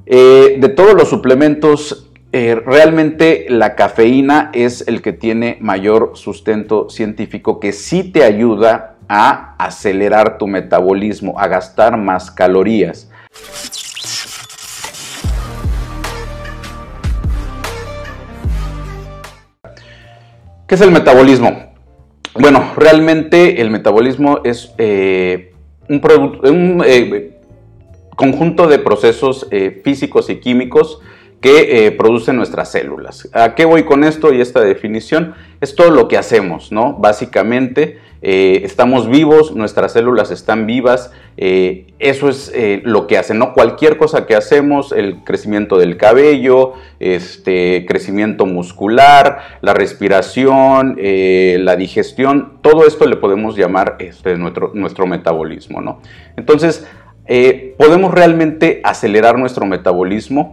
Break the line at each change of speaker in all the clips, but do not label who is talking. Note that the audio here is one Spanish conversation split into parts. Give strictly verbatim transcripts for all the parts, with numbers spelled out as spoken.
Eh, de todos los suplementos, eh, realmente la cafeína es el que tiene mayor sustento científico, que sí te ayuda a acelerar tu metabolismo, a gastar más calorías. ¿Qué es el metabolismo? Bueno, realmente el metabolismo es eh, un, un eh, conjunto de procesos eh, físicos y químicos que eh, producen nuestras células. ¿A qué voy con esto y esta definición? Es todo lo que hacemos, ¿no? Básicamente eh, estamos vivos, nuestras células están vivas, eh, eso es eh, lo que hacen, ¿no? Cualquier cosa que hacemos, el crecimiento del cabello, este, crecimiento muscular, la respiración, eh, la digestión, todo esto le podemos llamar este, nuestro, nuestro metabolismo, ¿no? Entonces, eh, podemos realmente acelerar nuestro metabolismo.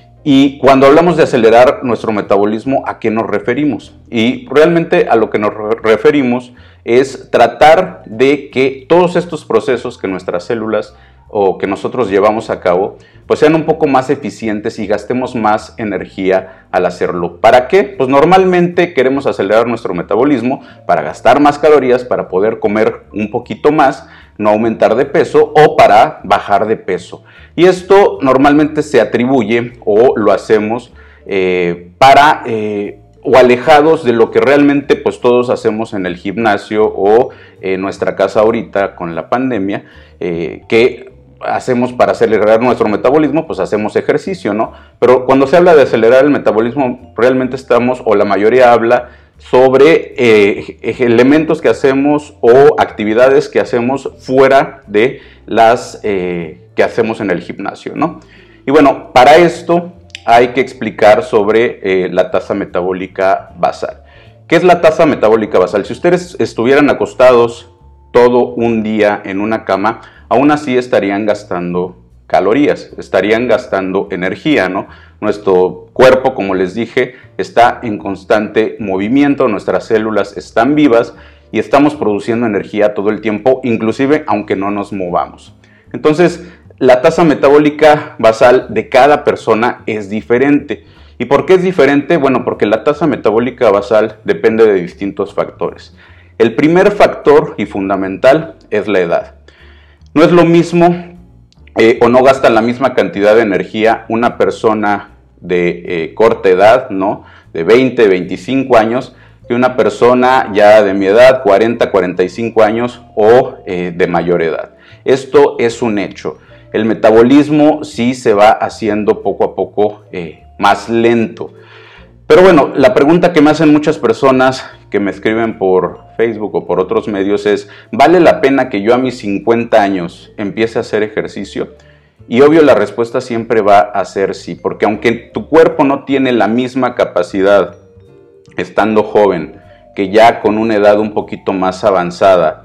Y cuando hablamos de acelerar nuestro metabolismo, ¿a qué nos referimos? Y realmente a lo que nos referimos es tratar de que todos estos procesos que nuestras células o que nosotros llevamos a cabo, pues sean un poco más eficientes y gastemos más energía al hacerlo. ¿Para qué? Pues normalmente queremos acelerar nuestro metabolismo para gastar más calorías, para poder comer un poquito más, no aumentar de peso o para bajar de peso. Y esto normalmente se atribuye o lo hacemos eh, para eh, o alejados de lo que realmente pues todos hacemos en el gimnasio o en nuestra casa ahorita con la pandemia, eh, que hacemos para acelerar nuestro metabolismo, pues hacemos ejercicio, ¿no? Pero cuando se habla de acelerar el metabolismo, realmente estamos, o la mayoría habla sobre eh, elementos que hacemos o actividades que hacemos fuera de las eh, que hacemos en el gimnasio, ¿no? Y bueno, para esto hay que explicar sobre eh, la tasa metabólica basal. ¿Qué es la tasa metabólica basal? Si ustedes estuvieran acostados todo un día en una cama, aún así estarían gastando calorías, estarían gastando energía, ¿no? Nuestro cuerpo, como les dije, está en constante movimiento, nuestras células están vivas y estamos produciendo energía todo el tiempo, inclusive aunque no nos movamos. Entonces, la tasa metabólica basal de cada persona es diferente. ¿Y por qué es diferente? Bueno, porque la tasa metabólica basal depende de distintos factores. El primer factor y fundamental es la edad. No es lo mismo eh, o no gasta la misma cantidad de energía una persona de eh, corta edad, ¿no? De veinte, veinticinco años, que una persona ya de mi edad, cuarenta, cuarenta y cinco años o eh, de mayor edad. Esto es un hecho. El metabolismo sí se va haciendo poco a poco eh, más lento. Pero bueno, la pregunta que me hacen muchas personas que me escriben por Facebook o por otros medios es, ¿vale la pena que yo a mis cincuenta años empiece a hacer ejercicio? Y obvio la respuesta siempre va a ser sí, porque aunque tu cuerpo no tiene la misma capacidad estando joven que ya con una edad un poquito más avanzada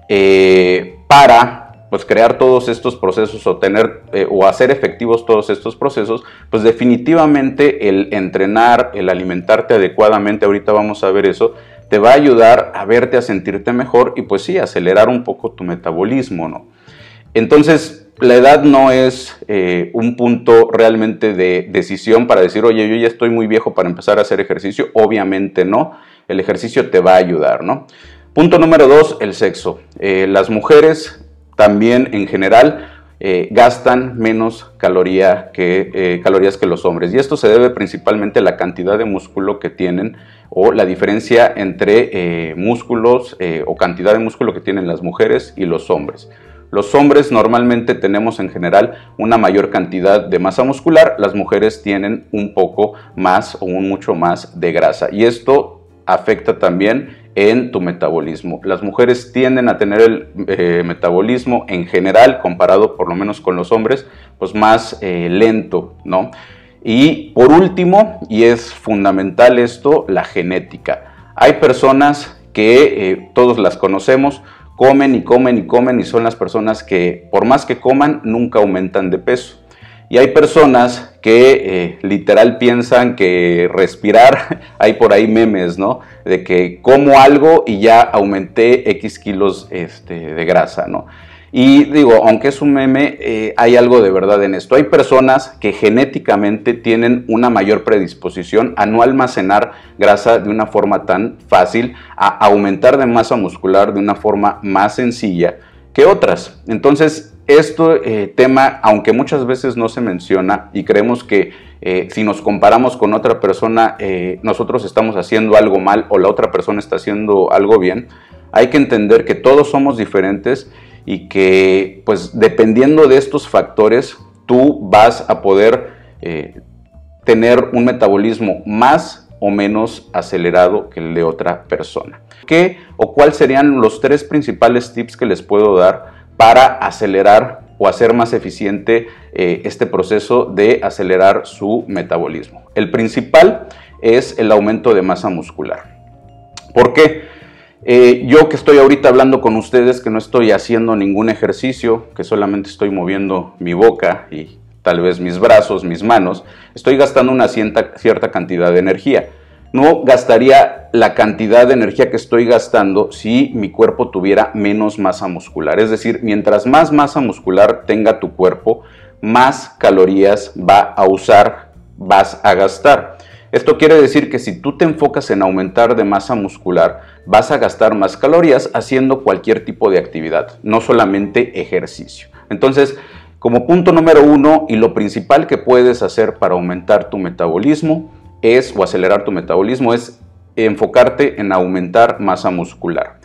eh, para pues crear todos estos procesos o tener eh, o hacer efectivos todos estos procesos, pues definitivamente el entrenar, el alimentarte adecuadamente, ahorita vamos a ver eso, te va a ayudar a verte, a sentirte mejor y pues sí, acelerar un poco tu metabolismo, ¿no? Entonces, la edad no es eh, un punto realmente de decisión para decir, oye, yo ya estoy muy viejo para empezar a hacer ejercicio. Obviamente no, el ejercicio te va a ayudar, ¿no? Punto número dos, el sexo. Eh, las mujeres también en general eh, gastan menos caloría que, eh, calorías que los hombres. Y esto se debe principalmente a la cantidad de músculo que tienen o la diferencia entre eh, músculos eh, o cantidad de músculo que tienen las mujeres y los hombres. Los hombres normalmente tenemos en general una mayor cantidad de masa muscular, las mujeres tienen un poco más o un mucho más de grasa y esto afecta también en tu metabolismo. Las mujeres tienden a tener el eh, metabolismo en general, comparado por lo menos con los hombres, pues más eh, lento, ¿no? Y por último, y es fundamental esto, la genética. Hay personas que eh, todos las conocemos, comen y comen y comen y son las personas que por más que coman nunca aumentan de peso. Y hay personas que eh, literal piensan que respirar, hay por ahí memes, ¿no? De que como algo y ya aumenté X kilos este, de grasa, ¿no? Y digo, aunque es un meme, eh, hay algo de verdad en esto. Hay personas que genéticamente tienen una mayor predisposición a no almacenar grasa de una forma tan fácil, a aumentar de masa muscular de una forma más sencilla que otras. Entonces, este eh, tema, aunque muchas veces no se menciona y creemos que eh, si nos comparamos con otra persona, eh, nosotros estamos haciendo algo mal o la otra persona está haciendo algo bien, hay que entender que todos somos diferentes y que, pues, dependiendo de estos factores, tú vas a poder eh, tener un metabolismo más o menos acelerado que el de otra persona. ¿Qué o cuáles serían los tres principales tips que les puedo dar para acelerar o hacer más eficiente eh, este proceso de acelerar su metabolismo? El principal es el aumento de masa muscular. ¿Por qué? Eh, yo que estoy ahorita hablando con ustedes, que no estoy haciendo ningún ejercicio, que solamente estoy moviendo mi boca y tal vez mis brazos, mis manos, estoy gastando una cierta, cierta cantidad de energía. No gastaría la cantidad de energía que estoy gastando si mi cuerpo tuviera menos masa muscular. Es decir, mientras más masa muscular tenga tu cuerpo, más calorías va a usar, vas a gastar. Esto quiere decir que si tú te enfocas en aumentar de masa muscular, vas a gastar más calorías haciendo cualquier tipo de actividad, no solamente ejercicio. Entonces, como punto número uno y lo principal que puedes hacer para aumentar tu metabolismo es, o acelerar tu metabolismo, es enfocarte en aumentar masa muscular.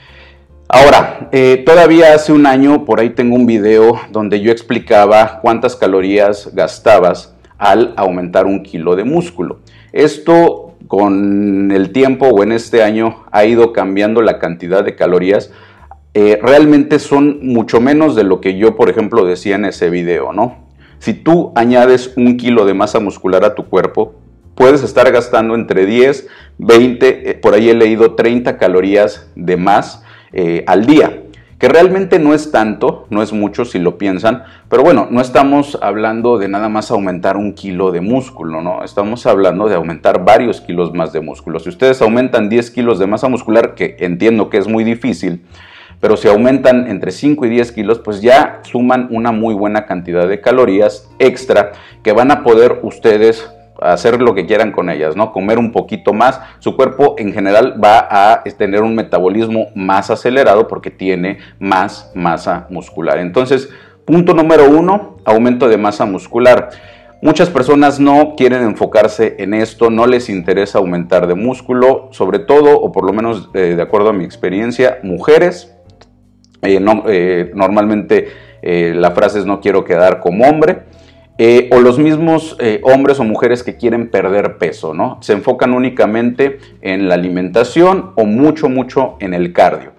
Ahora, eh, todavía hace un año por ahí tengo un video donde yo explicaba cuántas calorías gastabas al aumentar un kilo de músculo. Esto con el tiempo o en este año ha ido cambiando la cantidad de calorías. Eh, realmente son mucho menos de lo que yo, por ejemplo, decía en ese video, ¿no? Si tú añades un kilo de masa muscular a tu cuerpo, puedes estar gastando entre diez, veinte, eh, por ahí he leído treinta calorías de más eh, al día, que realmente no es tanto, no es mucho si lo piensan, pero bueno, no estamos hablando de nada más aumentar un kilo de músculo, ¿no? Estamos hablando de aumentar varios kilos más de músculo. Si ustedes aumentan diez kilos de masa muscular, que entiendo que es muy difícil, pero si aumentan entre cinco y diez kilos, pues ya suman una muy buena cantidad de calorías extra que van a poder ustedes hacer lo que quieran con ellas, ¿no? Comer un poquito más. Su cuerpo en general va a tener un metabolismo más acelerado porque tiene más masa muscular. Entonces, punto número uno, aumento de masa muscular. Muchas personas no quieren enfocarse en esto, no les interesa aumentar de músculo, sobre todo, o por lo menos eh, de acuerdo a mi experiencia, mujeres. Eh, no, eh, normalmente eh, la frase es no quiero quedar como hombre. Eh, o los mismos eh, hombres o mujeres que quieren perder peso, ¿no? Se enfocan únicamente en la alimentación o mucho, mucho en el cardio.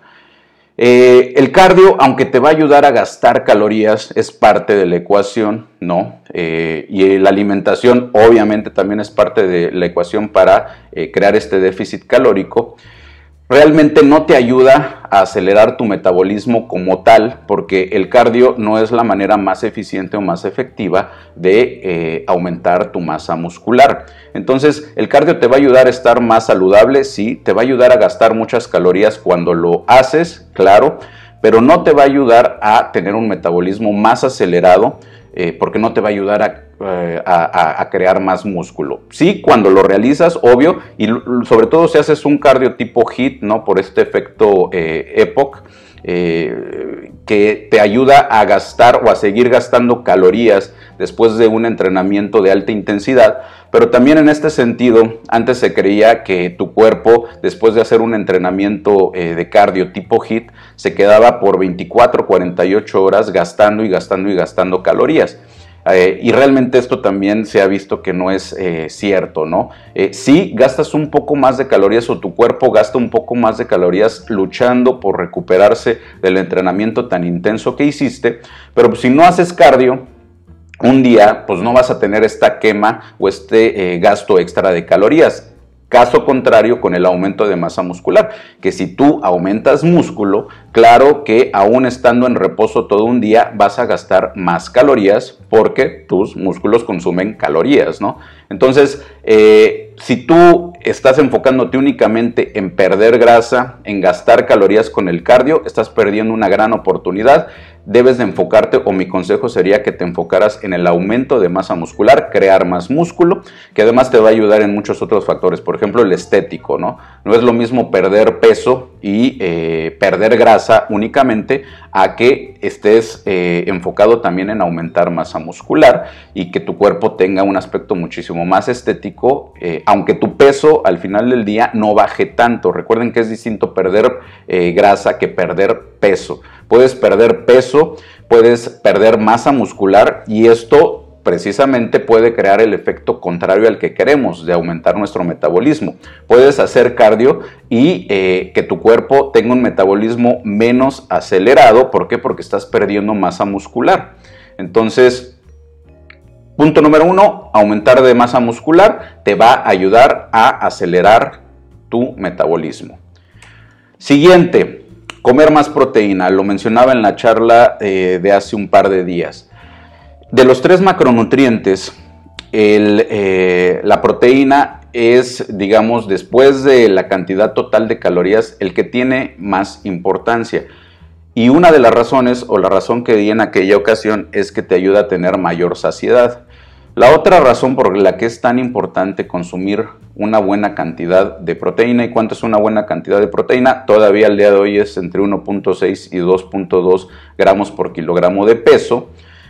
Eh, el cardio, aunque te va a ayudar a gastar calorías, es parte de la ecuación, ¿no? Eh, y la alimentación obviamente también es parte de la ecuación para eh, crear este déficit calórico. Realmente no te ayuda a acelerar tu metabolismo como tal, porque el cardio no es la manera más eficiente o más efectiva de eh, aumentar tu masa muscular. Entonces, el cardio te va a ayudar a estar más saludable, sí, te va a ayudar a gastar muchas calorías cuando lo haces, claro, pero no te va a ayudar a tener un metabolismo más acelerado, eh, porque no te va a ayudar a A, a crear más músculo. Sí, cuando lo realizas, obvio, y sobre todo si haces un cardio tipo HIIT, ¿no? Por este efecto eh, E P O C, eh, que te ayuda a gastar o a seguir gastando calorías después de un entrenamiento de alta intensidad. Pero también en este sentido, antes se creía que tu cuerpo, después de hacer un entrenamiento eh, de cardio tipo HIIT, se quedaba por veinticuatro, cuarenta y ocho horas gastando y gastando y gastando calorías. Eh, y realmente esto también se ha visto que no es eh, cierto, ¿no? Eh, sí, gastas un poco más de calorías o tu cuerpo gasta un poco más de calorías luchando por recuperarse del entrenamiento tan intenso que hiciste, pero pues, si no haces cardio, un día pues no vas a tener esta quema o este eh, gasto extra de calorías. Caso contrario con el aumento de masa muscular, que si tú aumentas músculo, claro que aún estando en reposo todo un día vas a gastar más calorías porque tus músculos consumen calorías, ¿no? Entonces, eh, si tú estás enfocándote únicamente en perder grasa, en gastar calorías con el cardio, estás perdiendo una gran oportunidad. Debes de enfocarte, o mi consejo sería que te enfocaras en el aumento de masa muscular, crear más músculo, que además te va a ayudar en muchos otros factores. Por ejemplo, el estético, ¿no? No es lo mismo perder peso y eh, perder grasa únicamente a que estés eh, enfocado también en aumentar masa muscular y que tu cuerpo tenga un aspecto muchísimo más estético, eh, aunque tu peso al final del día no baje tanto. Recuerden que es distinto perder eh, grasa que perder peso. Puedes perder peso, puedes perder masa muscular y esto precisamente puede crear el efecto contrario al que queremos, de aumentar nuestro metabolismo. Puedes hacer cardio y eh, que tu cuerpo tenga un metabolismo menos acelerado. ¿Por qué? Porque estás perdiendo masa muscular. Entonces, punto número uno, aumentar de masa muscular te va a ayudar a acelerar tu metabolismo. Siguiente. Comer más proteína, lo mencionaba en la charla eh, de hace un par de días. De los tres macronutrientes, el, eh, la proteína es, digamos, después de la cantidad total de calorías, el que tiene más importancia. Y una de las razones, o la razón que di en aquella ocasión, es que te ayuda a tener mayor saciedad. La otra razón por la que es tan importante consumir una buena cantidad de proteína, ¿y cuánto es una buena cantidad de proteína? Todavía al día de hoy es entre uno punto seis y dos punto dos gramos por kilogramo de peso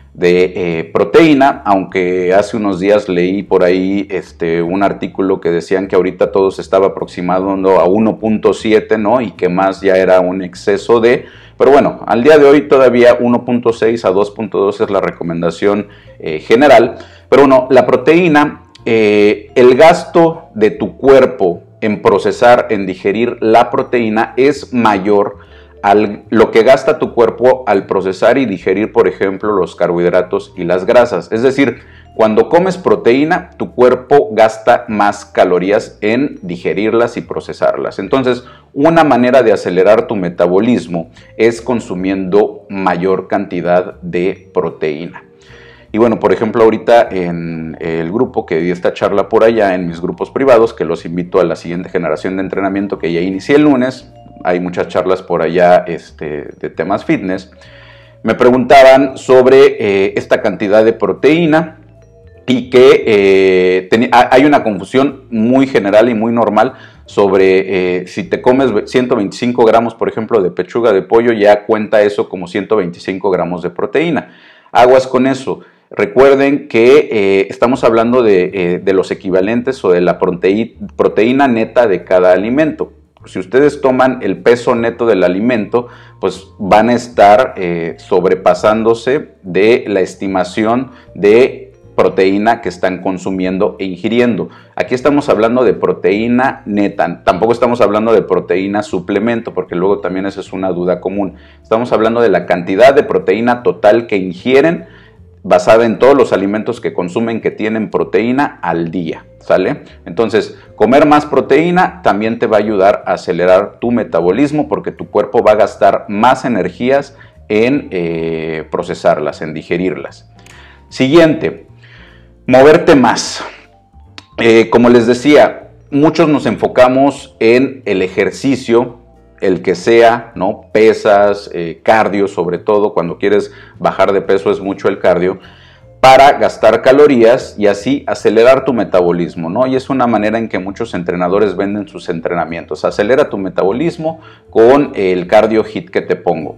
de eh, proteína, aunque hace unos días leí por ahí este, un artículo que decían que ahorita todo se estaba aproximando a uno punto siete, ¿no? Y que más ya era un exceso de... Pero bueno, al día de hoy todavía uno punto seis a dos punto dos es la recomendación eh, general. Pero bueno, la proteína, eh, el gasto de tu cuerpo en procesar, en digerir la proteína es mayor a lo que gasta tu cuerpo al procesar y digerir, por ejemplo, los carbohidratos y las grasas. Es decir, cuando comes proteína, tu cuerpo gasta más calorías en digerirlas y procesarlas. Entonces, una manera de acelerar tu metabolismo es consumiendo mayor cantidad de proteína. Y bueno, por ejemplo, ahorita en el grupo que di esta charla por allá, en mis grupos privados, que los invito a la siguiente generación de entrenamiento que ya inicié el lunes, hay muchas charlas por allá este, de temas fitness, me preguntaban sobre eh, esta cantidad de proteína y que eh, ten, hay una confusión muy general y muy normal sobre eh, si te comes ciento veinticinco gramos, por ejemplo, de pechuga de pollo, ya cuenta eso como ciento veinticinco gramos de proteína. Aguas con eso. Recuerden que eh, estamos hablando de, eh, de los equivalentes o de la proteí- proteína neta de cada alimento. Si ustedes toman el peso neto del alimento, pues van a estar eh, sobrepasándose de la estimación de proteína que están consumiendo e ingiriendo. Aquí estamos hablando de proteína neta, tampoco estamos hablando de proteína suplemento, porque luego también esa es una duda común. Estamos hablando de la cantidad de proteína total que ingieren, basada en todos los alimentos que consumen que tienen proteína al día, ¿sale? Entonces, comer más proteína también te va a ayudar a acelerar tu metabolismo porque tu cuerpo va a gastar más energías en eh, procesarlas, en digerirlas. Siguiente, moverte más. Eh, como les decía, muchos nos enfocamos en el ejercicio, el que sea, ¿no? Pesas, eh, cardio, sobre todo cuando quieres bajar de peso es mucho el cardio, para gastar calorías y así acelerar tu metabolismo, ¿no? Y es una manera en que muchos entrenadores venden sus entrenamientos. Acelera tu metabolismo con el cardio hit que te pongo.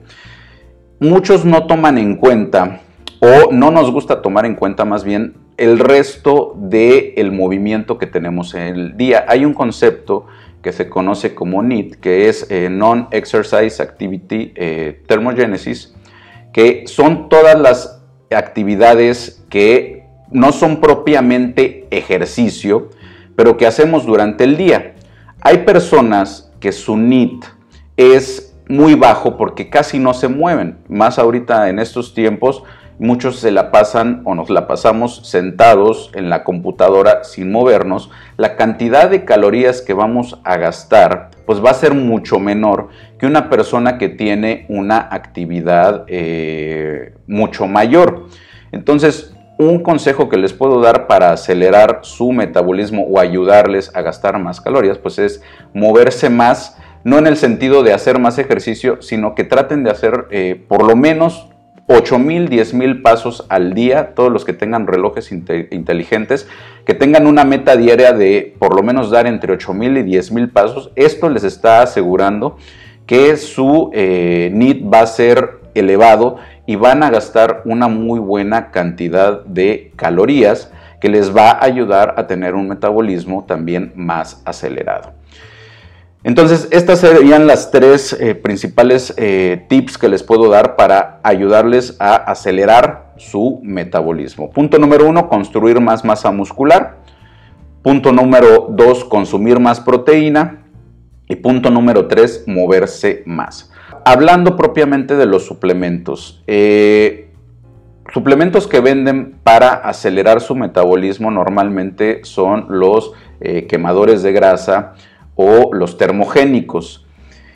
Muchos no toman en cuenta, o no nos gusta tomar en cuenta más bien, el resto del movimiento que tenemos en el día. Hay un concepto que se conoce como N E A T, que es eh, Non-Exercise Activity eh, Thermogenesis, que son todas las actividades que no son propiamente ejercicio, pero que hacemos durante el día. Hay personas que su N E A T es muy bajo porque casi no se mueven, más ahorita en estos tiempos. Muchos se la pasan o nos la pasamos sentados en la computadora sin movernos. La cantidad de calorías que vamos a gastar pues va a ser mucho menor que una persona que tiene una actividad eh, mucho mayor. Entonces, un consejo que les puedo dar para acelerar su metabolismo o ayudarles a gastar más calorías, pues es moverse más, no en el sentido de hacer más ejercicio, sino que traten de hacer eh, por lo menos ocho mil, diez mil pasos al día, todos los que tengan relojes inte- inteligentes, que tengan una meta diaria de por lo menos dar entre ocho mil y diez mil pasos. Esto les está asegurando que su eh, N I T va a ser elevado y van a gastar una muy buena cantidad de calorías que les va a ayudar a tener un metabolismo también más acelerado. Entonces, estas serían las tres eh, principales eh, tips que les puedo dar para ayudarles a acelerar su metabolismo. Punto número uno, construir más masa muscular. Punto número dos, consumir más proteína. Y punto número tres, moverse más. Hablando propiamente de los suplementos. Eh, suplementos que venden para acelerar su metabolismo normalmente son los eh, quemadores de grasa o los termogénicos.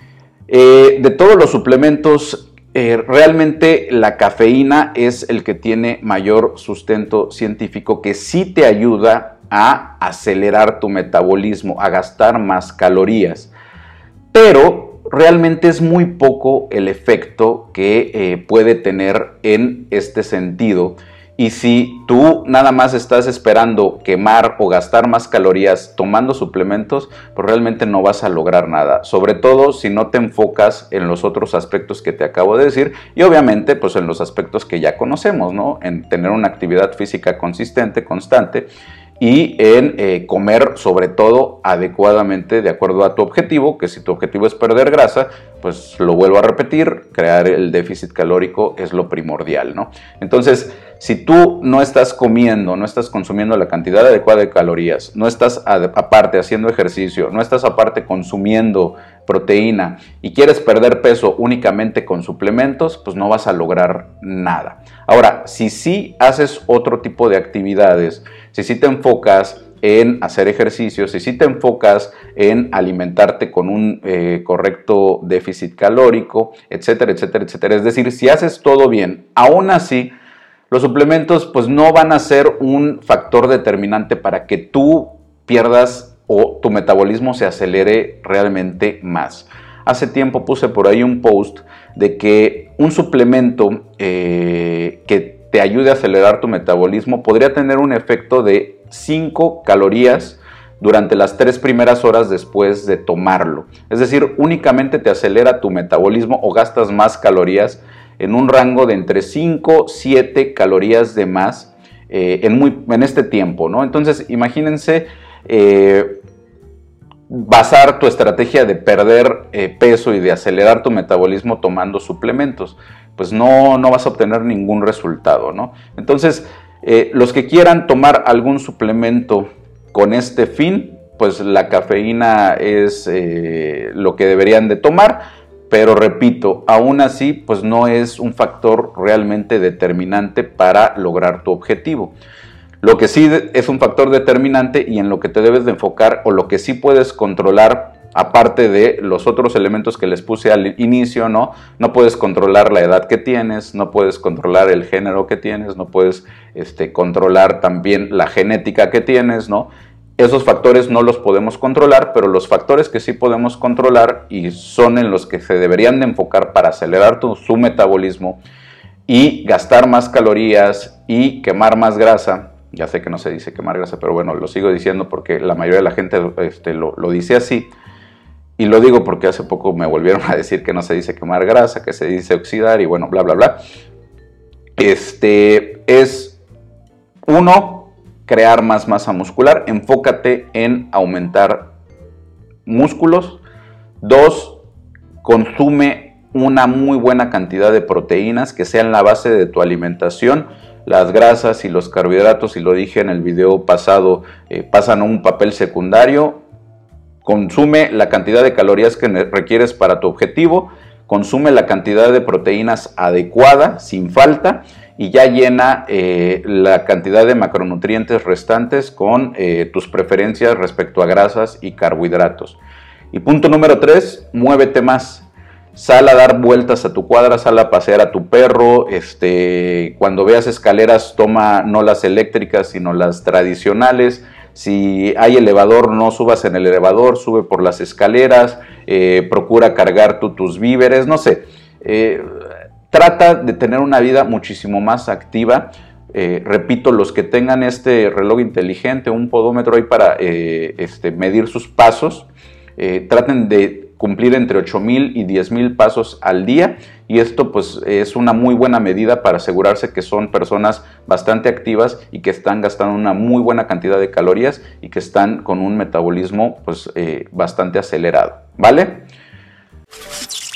Eh, de todos los suplementos, eh, realmente la cafeína es el que tiene mayor sustento científico, que sí te ayuda a acelerar tu metabolismo, a gastar más calorías. Pero realmente es muy poco el efecto que eh, puede tener en este sentido. Y si tú nada más estás esperando quemar o gastar más calorías tomando suplementos, pues realmente no vas a lograr nada. Sobre todo si no te enfocas en los otros aspectos que te acabo de decir y obviamente pues en los aspectos que ya conocemos, ¿no? En tener una actividad física consistente, constante y en eh, comer sobre todo adecuadamente de acuerdo a tu objetivo, que si tu objetivo es perder grasa, pues lo vuelvo a repetir, crear el déficit calórico es lo primordial, ¿no? Entonces, si tú no estás comiendo, no estás consumiendo la cantidad adecuada de calorías, no estás aparte haciendo ejercicio, no estás aparte consumiendo proteína y quieres perder peso únicamente con suplementos, pues no vas a lograr nada. Ahora, si sí haces otro tipo de actividades, si sí te enfocas en hacer ejercicios, si sí te enfocas en alimentarte con un eh, correcto déficit calórico, etcétera, etcétera, etcétera, es decir, si haces todo bien, aún así, los suplementos pues no van a ser un factor determinante para que tú pierdas o tu metabolismo se acelere realmente más. Hace tiempo puse por ahí un post de que un suplemento eh, que te ayude a acelerar tu metabolismo podría tener un efecto de cinco calorías durante las tres primeras horas después de tomarlo. Es decir, únicamente te acelera tu metabolismo o gastas más calorías en un rango de entre cinco a siete calorías de más eh, en, muy, en este tiempo, ¿no? Entonces, imagínense eh, basar tu estrategia de perder eh, peso y de acelerar tu metabolismo tomando suplementos. Pues no, no vas a obtener ningún resultado, ¿no? Entonces, eh, los que quieran tomar algún suplemento con este fin, pues la cafeína es eh, lo que deberían de tomar. Pero repito, aún así, pues no es un factor realmente determinante para lograr tu objetivo. Lo que sí es un factor determinante y en lo que te debes de enfocar o lo que sí puedes controlar, aparte de los otros elementos que les puse al inicio, ¿no? No puedes controlar la edad que tienes, no puedes controlar el género que tienes, no puedes este, controlar también la genética que tienes, ¿no? Esos factores no los podemos controlar, pero los factores que sí podemos controlar y son en los que se deberían de enfocar para acelerar tu, su metabolismo y gastar más calorías y quemar más grasa. Ya sé que no se dice quemar grasa, pero bueno, lo sigo diciendo porque la mayoría de la gente este, lo, lo dice así. Y lo digo porque hace poco me volvieron a decir que no se dice quemar grasa, que se dice oxidar y bueno, bla, bla, bla. Este es uno... crear más masa muscular, enfócate en aumentar músculos. Dos, consume una muy buena cantidad de proteínas que sean la base de tu alimentación. Las grasas y los carbohidratos, y lo dije en el video pasado, eh, pasan a un papel secundario. Consume la cantidad de calorías que requieres para tu objetivo, consume la cantidad de proteínas adecuada, sin falta, y ya llena eh, la cantidad de macronutrientes restantes con eh, tus preferencias respecto a grasas y carbohidratos. Y punto número tres, muévete más. sal a dar vueltas a tu cuadra, sal a pasear a tu perro, este, cuando veas escaleras toma no las eléctricas sino las tradicionales. Si hay elevador, no subas en el elevador, sube por las escaleras, eh, procura cargar tú tus víveres, no sé. Eh, trata de tener una vida muchísimo más activa. Eh, repito, los que tengan este reloj inteligente, un podómetro ahí para eh, este, medir sus pasos, eh, traten de cumplir entre ocho mil y diez mil pasos al día, y esto pues es una muy buena medida para asegurarse que son personas bastante activas y que están gastando una muy buena cantidad de calorías y que están con un metabolismo pues eh, bastante acelerado, ¿vale?